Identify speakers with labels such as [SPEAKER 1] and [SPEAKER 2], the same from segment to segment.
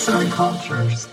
[SPEAKER 1] Arts and Cultures.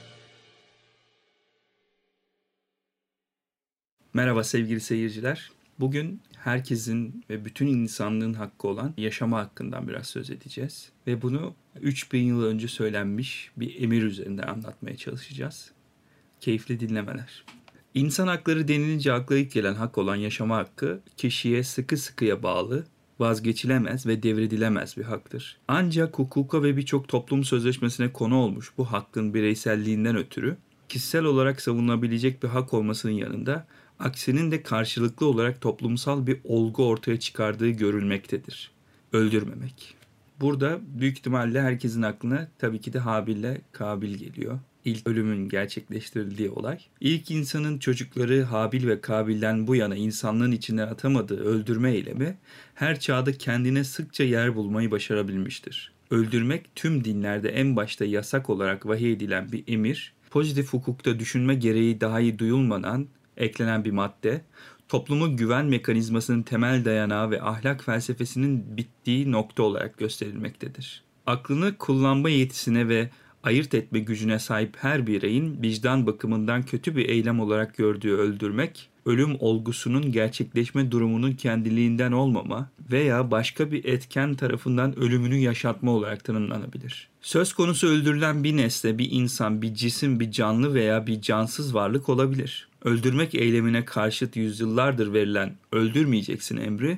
[SPEAKER 2] Merhaba sevgili seyirciler. Bugün herkesin ve bütün insanlığın hakkı olan yaşama hakkından biraz söz edeceğiz. Ve bunu 3000 yıl önce söylenmiş bir emir üzerinde anlatmaya çalışacağız. Keyifli dinlemeler. İnsan hakları denilince akla ilk gelen hak olan yaşama hakkı, kişiye sıkı sıkıya bağlı, vazgeçilemez ve devredilemez bir haktır. Ancak hukuka ve birçok toplum sözleşmesine konu olmuş bu hakkın bireyselliğinden ötürü, kişisel olarak savunabilecek bir hak olmasının yanında, aksinin de karşılıklı olarak toplumsal bir olgu ortaya çıkardığı görülmektedir. Öldürmemek. Burada büyük ihtimalle herkesin aklına tabii ki de Habil'le Kabil geliyor. İlk ölümün gerçekleştirildiği olay. İlk insanın çocukları Habil ve Kabil'den bu yana insanlığın içinden atamadığı öldürme eylemi her çağda kendine sıkça yer bulmayı başarabilmiştir. Öldürmek tüm dinlerde en başta yasak olarak vahiy edilen bir emir, pozitif hukukta düşünme gereği dahi duyulmadan eklenen bir madde, toplumun güven mekanizmasının temel dayanağı ve ahlak felsefesinin bittiği nokta olarak gösterilmektedir. Aklını kullanma yetisine ve ayırt etme gücüne sahip her bireyin vicdan bakımından kötü bir eylem olarak gördüğü öldürmek, ölüm olgusunun gerçekleşme durumunun kendiliğinden olmama veya başka bir etken tarafından ölümünü yaşatma olarak tanımlanabilir. Söz konusu öldürülen bir nesne, bir insan, bir cisim, bir canlı veya bir cansız varlık olabilir. Öldürmek eylemine karşıt yüzyıllardır verilen öldürmeyeceksin emri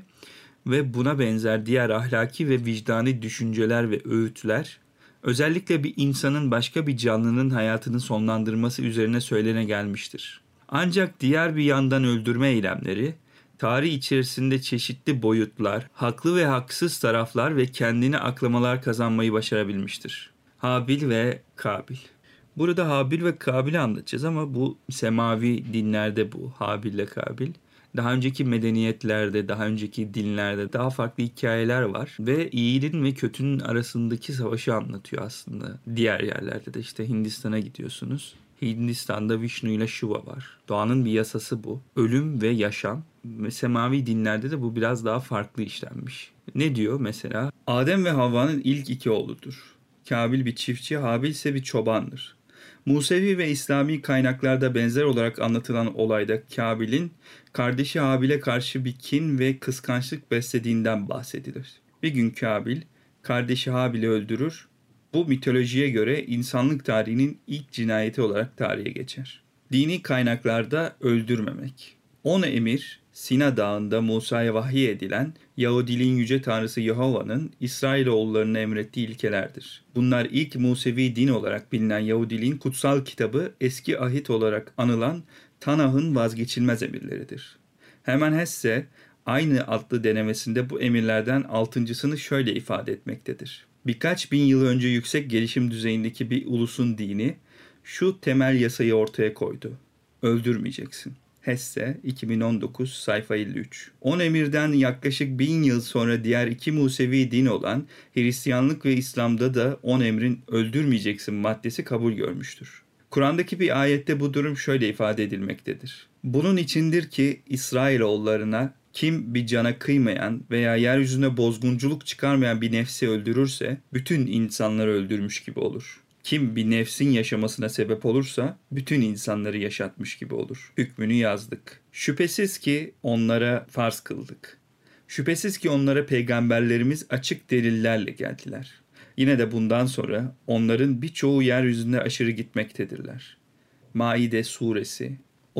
[SPEAKER 2] ve buna benzer diğer ahlaki ve vicdani düşünceler ve öğütler, özellikle bir insanın başka bir canlının hayatını sonlandırması üzerine söylene gelmiştir. Ancak diğer bir yandan öldürme eylemleri, tarih içerisinde çeşitli boyutlar, haklı ve haksız taraflar ve kendine aklamalar kazanmayı başarabilmiştir. Habil ve Kabil. Burada Habil ve Kabil'i anlatacağız ama bu semavi dinlerde bu Habil ile Kabil. Daha önceki medeniyetlerde, daha önceki dinlerde daha farklı hikayeler var ve iyinin ve kötünün arasındaki savaşı anlatıyor aslında. Diğer yerlerde de işte Hindistan'a gidiyorsunuz. Hindistan'da Vishnu ile Shiva var. Doğanın bir yasası bu. Ölüm ve yaşam. Ve semavi dinlerde de bu biraz daha farklı işlenmiş. Ne diyor mesela? Adem ve Havva'nın ilk iki oğludur. Kabil bir çiftçi, Habil ise bir çobandır. Musevi ve İslami kaynaklarda benzer olarak anlatılan olayda Kabil'in kardeşi Habil'e karşı bir kin ve kıskançlık beslediğinden bahsedilir. Bir gün Kabil kardeşi Habil'i öldürür. Bu mitolojiye göre insanlık tarihinin ilk cinayeti olarak tarihe geçer. Dini kaynaklarda öldürmemek. 10 emir Sina Dağı'nda Musa'ya vahiy edilen Yahudiliğin yüce tanrısı Yahova'nın İsrailoğullarına emrettiği ilkelerdir. Bunlar ilk Musevi din olarak bilinen Yahudiliğin kutsal kitabı, eski ahit olarak anılan Tanah'ın vazgeçilmez emirleridir. Hermann Hesse aynı adlı denemesinde bu emirlerden altıncısını şöyle ifade etmektedir. Birkaç bin yıl önce yüksek gelişim düzeyindeki bir ulusun dini şu temel yasayı ortaya koydu. Öldürmeyeceksin. Hesse 2019 sayfa 53. 10 emirden yaklaşık 1000 yıl sonra diğer iki Musevi din olan Hristiyanlık ve İslam'da da 10 emrin öldürmeyeceksin maddesi kabul görmüştür. Kur'an'daki bir ayette bu durum şöyle ifade edilmektedir. Bunun içindir ki İsrailoğullarına kim bir cana kıymayan veya yeryüzüne bozgunculuk çıkarmayan bir nefsi öldürürse bütün insanları öldürmüş gibi olur. Kim bir nefsin yaşamasına sebep olursa bütün insanları yaşatmış gibi olur. Hükmünü yazdık. Şüphesiz ki onlara farz kıldık. Şüphesiz ki onlara peygamberlerimiz açık delillerle geldiler. Yine de bundan sonra onların birçoğu yeryüzünde aşırı gitmektedirler. Maide suresi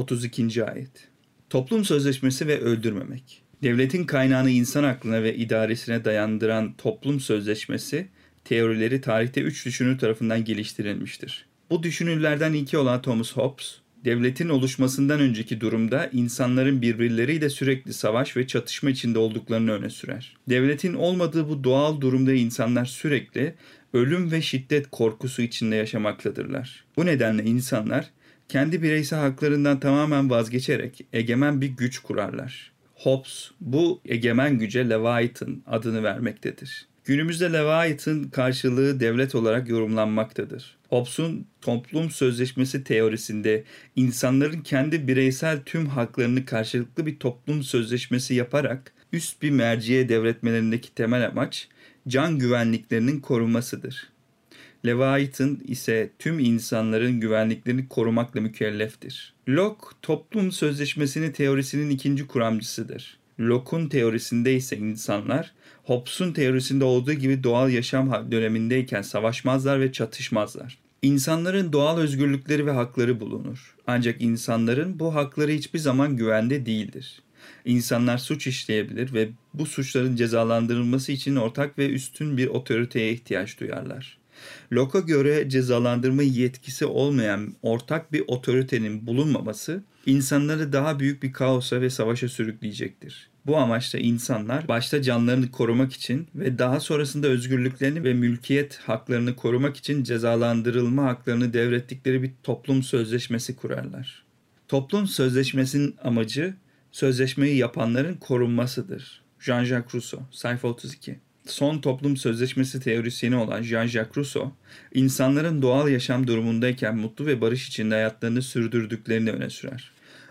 [SPEAKER 2] 32. ayet. Toplum sözleşmesi ve öldürmemek. Devletin kaynağını insan aklına ve idaresine dayandıran toplum sözleşmesi teorileri tarihte 3 düşünür tarafından geliştirilmiştir. Bu düşünürlerden ilki olan Thomas Hobbes, devletin oluşmasından önceki durumda insanların birbirleriyle sürekli savaş ve çatışma içinde olduklarını öne sürer. Devletin olmadığı bu doğal durumda insanlar sürekli ölüm ve şiddet korkusu içinde yaşamaktadırlar. Bu nedenle insanlar kendi bireysel haklarından tamamen vazgeçerek egemen bir güç kurarlar. Hobbes bu egemen güce Leviathan adını vermektedir. Günümüzde Leviathan karşılığı devlet olarak yorumlanmaktadır. Hobbes'un toplum sözleşmesi teorisinde insanların kendi bireysel tüm haklarını karşılıklı bir toplum sözleşmesi yaparak üst bir merciye devretmelerindeki temel amaç can güvenliklerinin korunmasıdır. Leviathan ise tüm insanların güvenliklerini korumakla mükelleftir. Locke, toplum sözleşmesini teorisinin ikinci kuramcısıdır. Locke'un teorisinde ise insanlar, Hobbes'un teorisinde olduğu gibi doğal yaşam dönemindeyken savaşmazlar ve çatışmazlar. İnsanların doğal özgürlükleri ve hakları bulunur. Ancak insanların bu hakları hiçbir zaman güvende değildir. İnsanlar suç işleyebilir ve bu suçların cezalandırılması için ortak ve üstün bir otoriteye ihtiyaç duyarlar. Locke'a göre cezalandırma yetkisi olmayan ortak bir otoritenin bulunmaması, insanları daha büyük bir kaosa ve savaşa sürükleyecektir. Bu amaçla insanlar başta canlarını korumak için ve daha sonrasında özgürlüklerini ve mülkiyet haklarını korumak için cezalandırılma haklarını devrettikleri bir toplum sözleşmesi kurarlar. Toplum sözleşmesinin amacı sözleşmeyi yapanların korunmasıdır. Jean-Jacques Rousseau, sayfa 32. Son toplum sözleşmesi teorisyeni olan Jean-Jacques Rousseau, insanların doğal yaşam durumundayken mutlu ve barış içinde hayatlarını sürdürdüklerini öne sürer.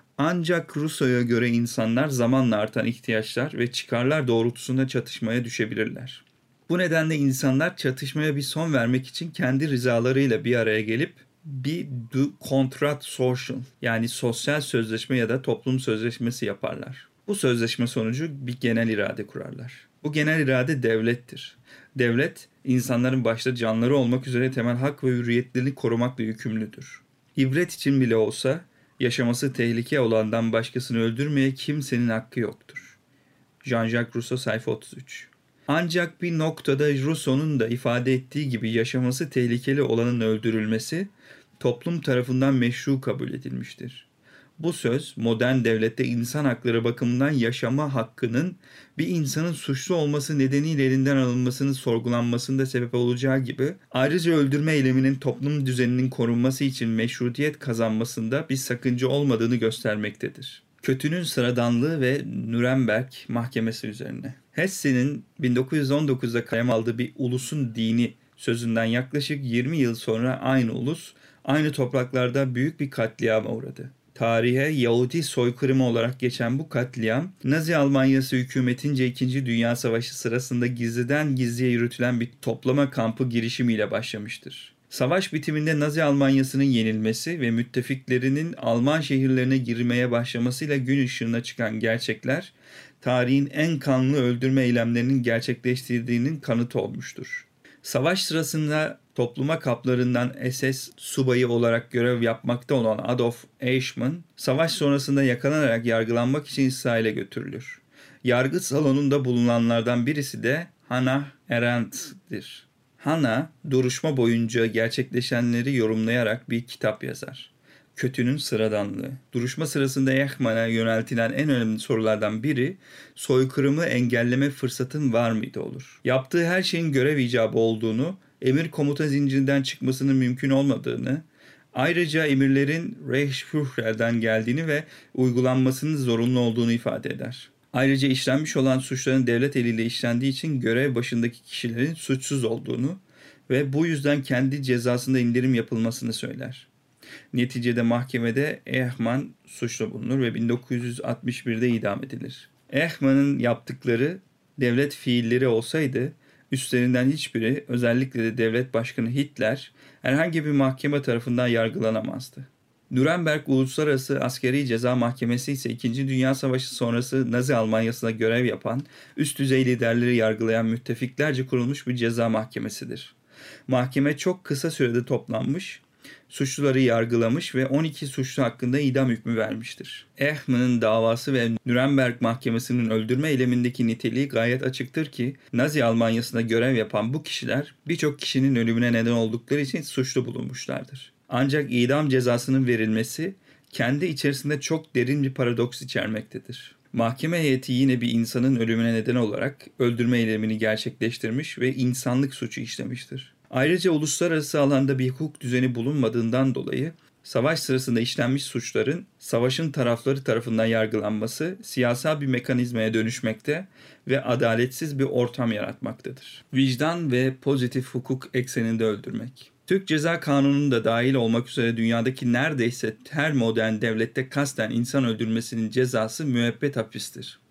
[SPEAKER 2] Ancak Rousseau'ya göre insanlar zamanla artan ihtiyaçlar ve çıkarlar doğrultusunda çatışmaya düşebilirler. Bu nedenle insanlar çatışmaya bir son vermek için kendi rızalarıyla bir araya gelip bir contrat social yani sosyal sözleşme ya da toplum sözleşmesi yaparlar. Bu sözleşme sonucu bir genel irade kurarlar. Bu genel irade devlettir. Devlet, insanların başta canları olmak üzere temel hak ve hürriyetlerini korumakla yükümlüdür. İbret için bile olsa yaşaması tehlike olandan başkasını öldürmeye kimsenin hakkı yoktur. Jean-Jacques Rousseau, sayfa 33. Ancak bir noktada Rousseau'nun da ifade ettiği gibi yaşaması tehlikeli olanın öldürülmesi toplum tarafından meşru kabul edilmiştir. Bu söz modern devlette insan hakları bakımından yaşama hakkının bir insanın suçlu olması nedeniyle elinden alınmasının sorgulanmasında sebep olacağı gibi ayrıca öldürme eyleminin toplum düzeninin korunması için meşrutiyet kazanmasında bir sakınca olmadığını göstermektedir. Kötünün sıradanlığı ve Nuremberg mahkemesi üzerine. Hesse'nin 1919'da kalem aldığı bir ulusun dini sözünden yaklaşık 20 yıl sonra aynı ulus aynı topraklarda büyük bir katliama uğradı. Tarihe Yahudi soykırımı olarak geçen bu katliam, Nazi Almanyası hükümetince 2. Dünya Savaşı sırasında gizliden gizliye yürütülen bir toplama kampı girişimiyle başlamıştır. Savaş bitiminde Nazi Almanyası'nın yenilmesi ve müttefiklerinin Alman şehirlerine girmeye başlamasıyla gün ışığına çıkan gerçekler, tarihin en kanlı öldürme eylemlerinin gerçekleştirdiğinin kanıtı olmuştur. Savaş sırasında topluma kaplarından SS subayı olarak görev yapmakta olan Adolf Eichmann, savaş sonrasında yakalanarak yargılanmak için İsrail'e götürülür. Yargı salonunda bulunanlardan birisi de Hannah Arendt'tir. Hannah, duruşma boyunca gerçekleşenleri yorumlayarak bir kitap yazar. Kötünün sıradanlığı. Duruşma sırasında Eichmann'a yöneltilen en önemli sorulardan biri, soykırımı engelleme fırsatın var mıydı olur. Yaptığı her şeyin görev icabı olduğunu, emir komuta zincirinden çıkmasının mümkün olmadığını, ayrıca emirlerin Reichsführer'den geldiğini ve uygulanmasının zorunlu olduğunu ifade eder. Ayrıca işlenmiş olan suçların devlet eliyle işlendiği için görev başındaki kişilerin suçsuz olduğunu ve bu yüzden kendi cezasında indirim yapılmasını söyler. Neticede mahkemede Eichmann suçlu bulunur ve 1961'de idam edilir. Eichmann'ın yaptıkları devlet fiilleri olsaydı, üstlerinden hiçbiri, özellikle de devlet başkanı Hitler, herhangi bir mahkeme tarafından yargılanamazdı. Nuremberg Uluslararası Askeri Ceza Mahkemesi ise 2. Dünya Savaşı sonrası Nazi Almanyası'nda görev yapan, üst düzey liderleri yargılayan müttefiklerce kurulmuş bir ceza mahkemesidir. Mahkeme çok kısa sürede toplanmış, suçluları yargılamış ve 12 suçlu hakkında idam hükmü vermiştir. Eichmann'ın davası ve Nuremberg Mahkemesi'nin öldürme eylemindeki niteliği gayet açıktır ki Nazi Almanyası'nda görev yapan bu kişiler birçok kişinin ölümüne neden oldukları için suçlu bulunmuşlardır. Ancak idam cezasının verilmesi kendi içerisinde çok derin bir paradoks içermektedir. Mahkeme heyeti yine bir insanın ölümüne neden olarak öldürme eylemini gerçekleştirmiş ve insanlık suçu işlemiştir. Ayrıca uluslararası alanda bir hukuk düzeni bulunmadığından dolayı savaş sırasında işlenmiş suçların savaşın tarafları tarafından yargılanması siyasal bir mekanizmaya dönüşmekte ve adaletsiz bir ortam yaratmaktadır. Vicdan ve pozitif hukuk ekseninde öldürmek. Türk Ceza Kanunu'nun da dahil olmak üzere dünyadaki neredeyse her modern devlette kasten insan öldürmesinin cezası müebbet hapistir.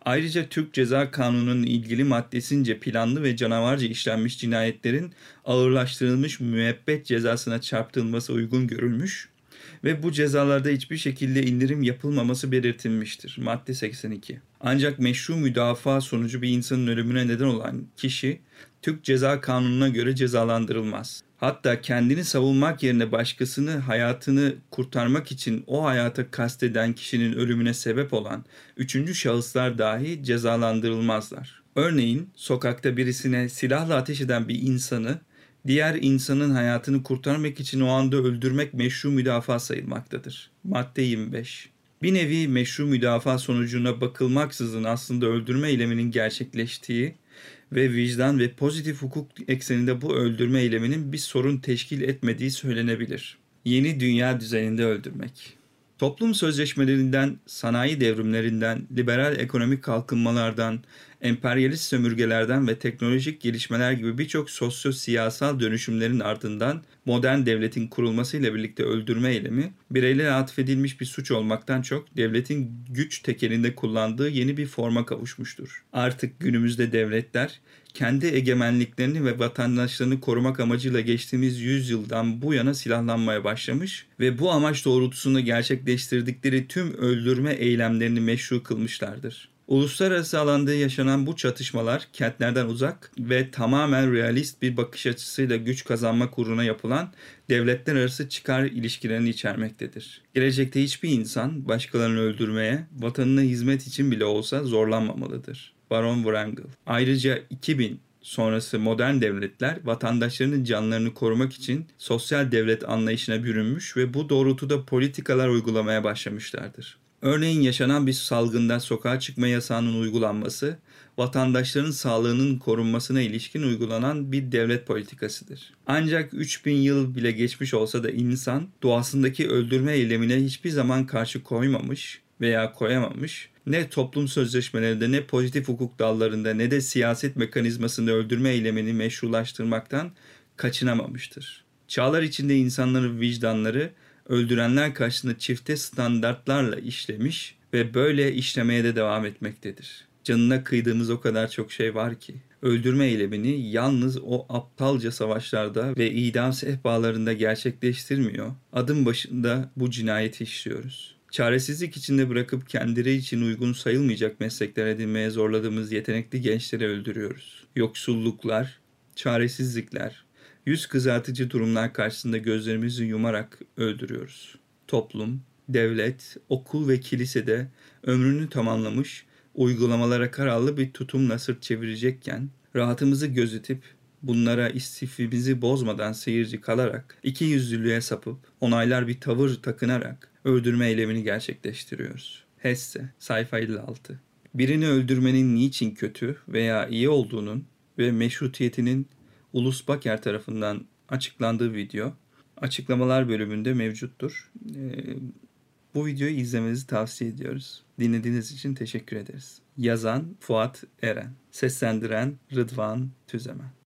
[SPEAKER 2] Ayrıca Türk Ceza Kanunu'nun ilgili maddesince planlı ve canavarca işlenmiş cinayetlerin ağırlaştırılmış müebbet cezasına çarptırılması uygun görülmüş ve bu cezalarda hiçbir şekilde indirim yapılmaması belirtilmiştir. Madde 82. Ancak meşru müdafaa sonucu bir insanın ölümüne neden olan kişi Türk Ceza Kanunu'na göre cezalandırılmaz. Hatta kendini savunmak yerine başkasını hayatını kurtarmak için o hayata kasteden kişinin ölümüne sebep olan üçüncü şahıslar dahi cezalandırılmazlar. Örneğin sokakta birisine silahla ateş eden bir insanı diğer insanın hayatını kurtarmak için o anda öldürmek meşru müdafaa sayılmaktadır. Madde 25. Bir nevi meşru müdafaa sonucuna bakılmaksızın aslında öldürme eyleminin gerçekleştiği ve vicdan ve pozitif hukuk ekseninde bu öldürme eyleminin bir sorun teşkil etmediği söylenebilir. Yeni dünya düzeninde öldürmek. Toplum sözleşmelerinden, sanayi devrimlerinden, liberal ekonomik kalkınmalardan, emperyalist sömürgelerden ve teknolojik gelişmeler gibi birçok sosyo-siyasal dönüşümlerin ardından modern devletin kurulmasıyla birlikte öldürme eylemi, bireylere atfedilmiş bir suç olmaktan çok devletin güç tekelinde kullandığı yeni bir forma kavuşmuştur. Artık günümüzde devletler, kendi egemenliklerini ve vatandaşlarını korumak amacıyla geçtiğimiz yüzyıldan bu yana silahlanmaya başlamış ve bu amaç doğrultusunda gerçekleştirdikleri tüm öldürme eylemlerini meşru kılmışlardır. Uluslararası alanda yaşanan bu çatışmalar kentlerden uzak ve tamamen realist bir bakış açısıyla güç kazanmak uğruna yapılan devletler arası çıkar ilişkilerini içermektedir. Gelecekte hiçbir insan başkalarını öldürmeye, vatanına hizmet için bile olsa zorlanmamalıdır. Baron Wrangel. Ayrıca 2000 sonrası modern devletler vatandaşlarının canlarını korumak için sosyal devlet anlayışına bürünmüş ve bu doğrultuda politikalar uygulamaya başlamışlardır. Örneğin yaşanan bir salgında sokağa çıkma yasağının uygulanması, vatandaşların sağlığının korunmasına ilişkin uygulanan bir devlet politikasıdır. Ancak 3000 yıl bile geçmiş olsa da insan doğasındaki öldürme eylemine hiçbir zaman karşı koymamış veya koyamamış, ne toplum sözleşmelerinde ne pozitif hukuk dallarında ne de siyaset mekanizmasında öldürme eylemini meşrulaştırmaktan kaçınamamıştır. Çağlar içinde insanların vicdanları öldürenler karşısında çifte standartlarla işlemiş ve böyle işlemeye de devam etmektedir. Canına kıydığımız o kadar çok şey var ki. Öldürme eylemini yalnız o aptalca savaşlarda ve idam sehpalarında gerçekleştirmiyor. Adım başında bu cinayeti işliyoruz. Çaresizlik içinde bırakıp kendileri için uygun sayılmayacak meslekler edinmeye zorladığımız yetenekli gençleri öldürüyoruz. Yoksulluklar, çaresizlikler, yüz kızartıcı durumlar karşısında gözlerimizi yumarak öldürüyoruz. Toplum, devlet, okul ve kilisede ömrünü tamamlamış, uygulamalara kararlı bir tutumla sırt çevirecekken, rahatımızı gözetip bunlara istifimizi bozmadan seyirci kalarak, ikiyüzlülüğe sapıp, onaylar bir tavır takınarak öldürme eylemini gerçekleştiriyoruz. Hesse, sayfa 56. Birini öldürmenin niçin kötü veya iyi olduğunun ve meşrutiyetinin Ulus Baker tarafından açıklandığı video açıklamalar bölümünde mevcuttur. Bu videoyu izlemenizi tavsiye ediyoruz. Dinlediğiniz için teşekkür ederiz. Yazan Fuat Eren, seslendiren Rıdvan Tüzemen.